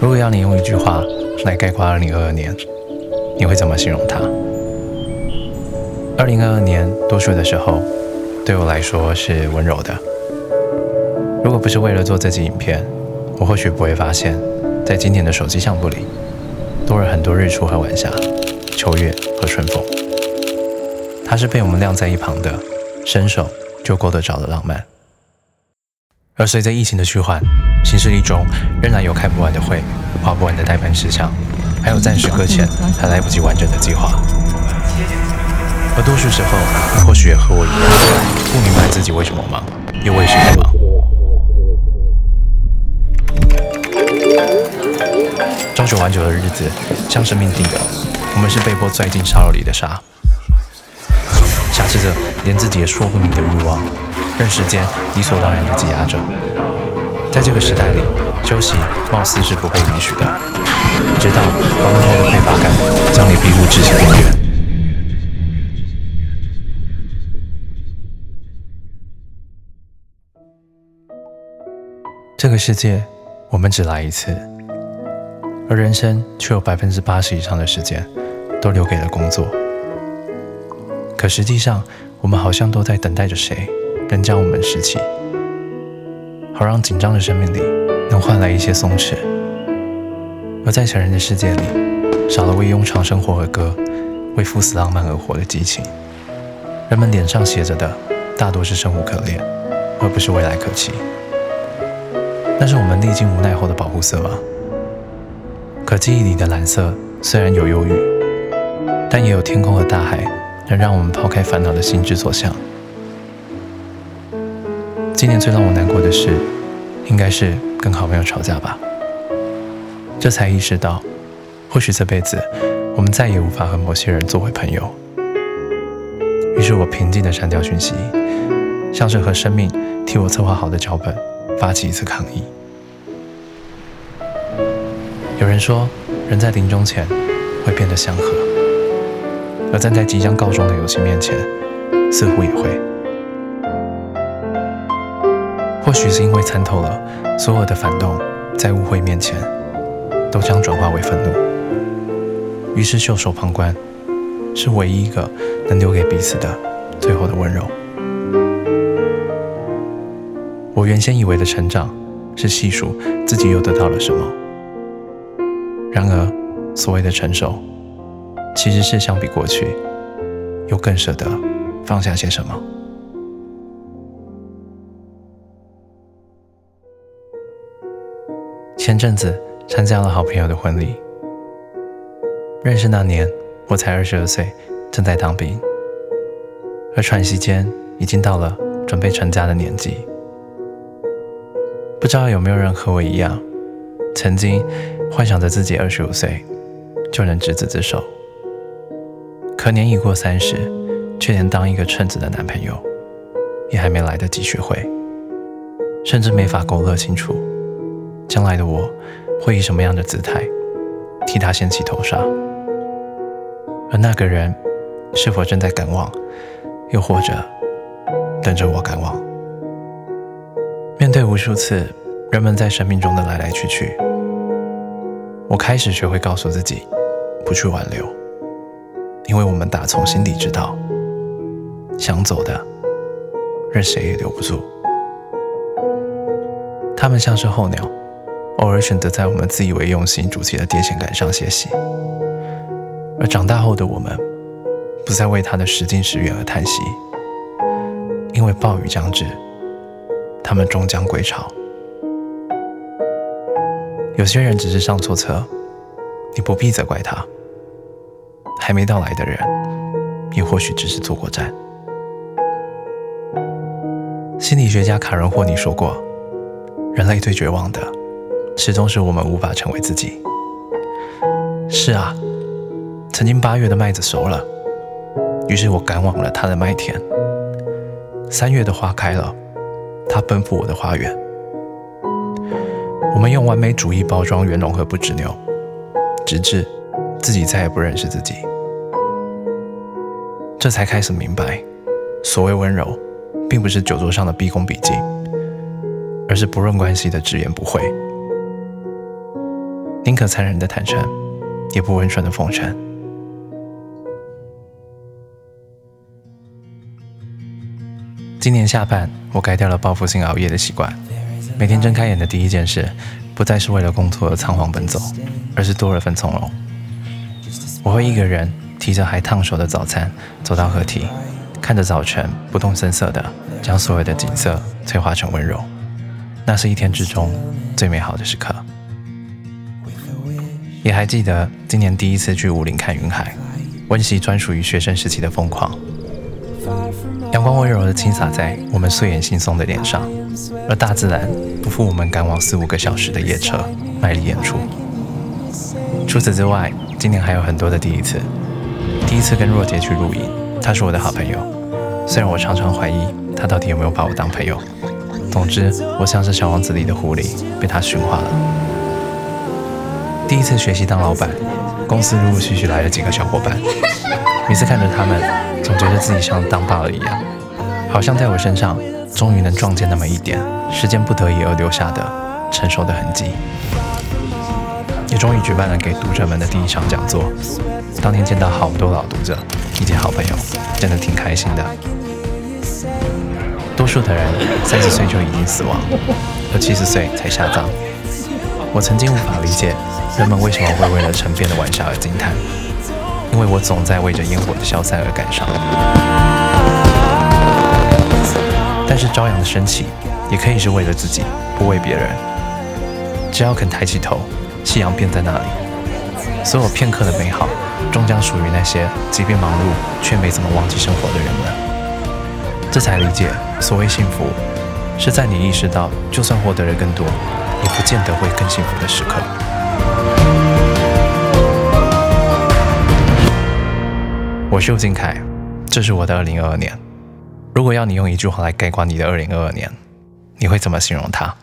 如果要你用一句话来概括2022年，你会怎么形容它？2022年多数的时候，对我来说是温柔的。如果不是为了做这集影片，我或许不会发现，在今年的手机相簿里，多了很多日出和晚霞、秋月和春风。它是被我们晾在一旁的，伸手就够得着的浪漫。而随着疫情的趋缓，行事历中仍然有开不完的会、花不完的待办事项，还有暂时搁浅还来不及完整的计划。而多数时候，你或许也和我一样，不明白自己为什么忙，又为谁而忙。朝九晚九的日子像是命定的，我们是被迫拽进沙漏里的沙，挟持着连自己也说不明的欲望，任时间理所当然的挤压着。在这个时代里，休息貌似是不被允许的，直到忙碌后的匮乏感将你逼入窒息边缘。这个世界，我们只来一次，而人生却有80%以上的时间都留给了工作。可实际上，我们好像都在等待着谁能将我们拾起，好让紧张的生命里能换来一些松弛。而在成人的世界里，少了为庸常生活而歌、为赴死浪漫而活的激情。人们脸上写着的大多是生无可恋，而不是未来可期。那是我们历经无奈后的保护色吗？可记忆里的蓝色虽然有忧郁，但也有天空和大海，能让我们抛开烦恼的心之所向。今年最让我难过的事，应该是跟好朋友吵架吧。这才意识到，或许这辈子我们再也无法和某些人作为朋友。于是我平静地删掉讯息，像是和生命替我策划好的脚本发起一次抗议。有人说，人在临终前会变得祥和，而站在即将告终的友情面前，似乎也会。或许是因为参透了所有的反动，在误会面前都将转化为愤怒，于是袖手旁观，是唯一一个能留给彼此的最后的温柔。我原先以为的成长，是细数自己又得到了什么。然而，所谓的成熟，其实是相比过去，又更舍得放下些什么。前阵子参加了好朋友的婚礼，认识那年我才22岁，正在当兵，而喘息间已经到了准备成家的年纪。不知道有没有人和我一样，曾经幻想着自己25岁就能执子之手，可年已过30，却连当一个称职的男朋友也还没来得及学会，甚至没法勾勒清楚将来的我会以什么样的姿态替他掀起头纱，而那个人是否正在赶往，又或者等着我赶往。面对无数次人们在生命中的来来去去，我开始学会告诉自己不去挽留，因为我们打从心底知道，想走的任谁也留不住。他们像是候鸟，偶尔选择在我们自以为用心筑起的电线杆上歇息，而长大后的我们不再为他的时近时远而叹息，因为暴雨将至，他们终将归巢。有些人只是上错车，你不必责怪他；还没到来的人，也或许只是坐过站。心理学家卡伦霍尼说过，人类最绝望的，始终是我们无法成为自己。是啊，曾经8月的麦子熟了，于是我赶往了他的麦田。3月的花开了，他奔赴我的花园。我们用完美主义包装圆融和不执拗，直至自己再也不认识自己。这才开始明白，所谓温柔，并不是酒桌上的毕恭毕敬，而是不论关系的直言不讳。 宁可残忍的坦诚，也不温顺的奉承。今年下半，我改掉了报复性熬夜的习惯，每天睁开眼的第一件事，不再是为了工作而仓皇奔走，而是多了份从容。我会一个人提着还烫手的早餐走到河堤，看着早晨不动声色的将所有的景色催化成温柔，那是一天之中最美好的时刻。也还记得今年第一次去武陵看云海，温习专属于学生时期的疯狂。阳光温柔地倾洒在我们睡眼惺忪的脸上，而大自然不负我们赶往4-5个小时的夜车，卖力演出。除此之外，今年还有很多的第一次。第一次跟若杰去露营，他是我的好朋友，虽然我常常怀疑他到底有没有把我当朋友。总之，我像是小王子里的狐狸，被他驯化了。第一次学习当老板，公司陆陆续续来了几个小伙伴，每次看着他们，总觉得自己像当爸了一样，好像在我身上终于能撞见那么一点时间不得已而留下的成熟的痕迹。也终于举办了给读者们的第一场讲座，当天见到好多老读者以及好朋友，真的挺开心的。多数的人30岁就已经死亡，而70岁才下葬。我曾经无法理解人们为什么会为了晨便的晚霞而惊叹，因为我总在为着烟火的消散而感伤。但是朝阳的升起也可以是为了自己，不为别人。只要肯抬起头，夕阳便在那里。所有片刻的美好，终将属于那些即便忙碌却没怎么忘记生活的人们。这才理解，所谓幸福，是在你意识到，就算获得了更多，也不见得会更幸福的时刻。我是吴敬凯，这是我的2022年。如果要你用一句话来概括你的2022年，你会怎么形容它？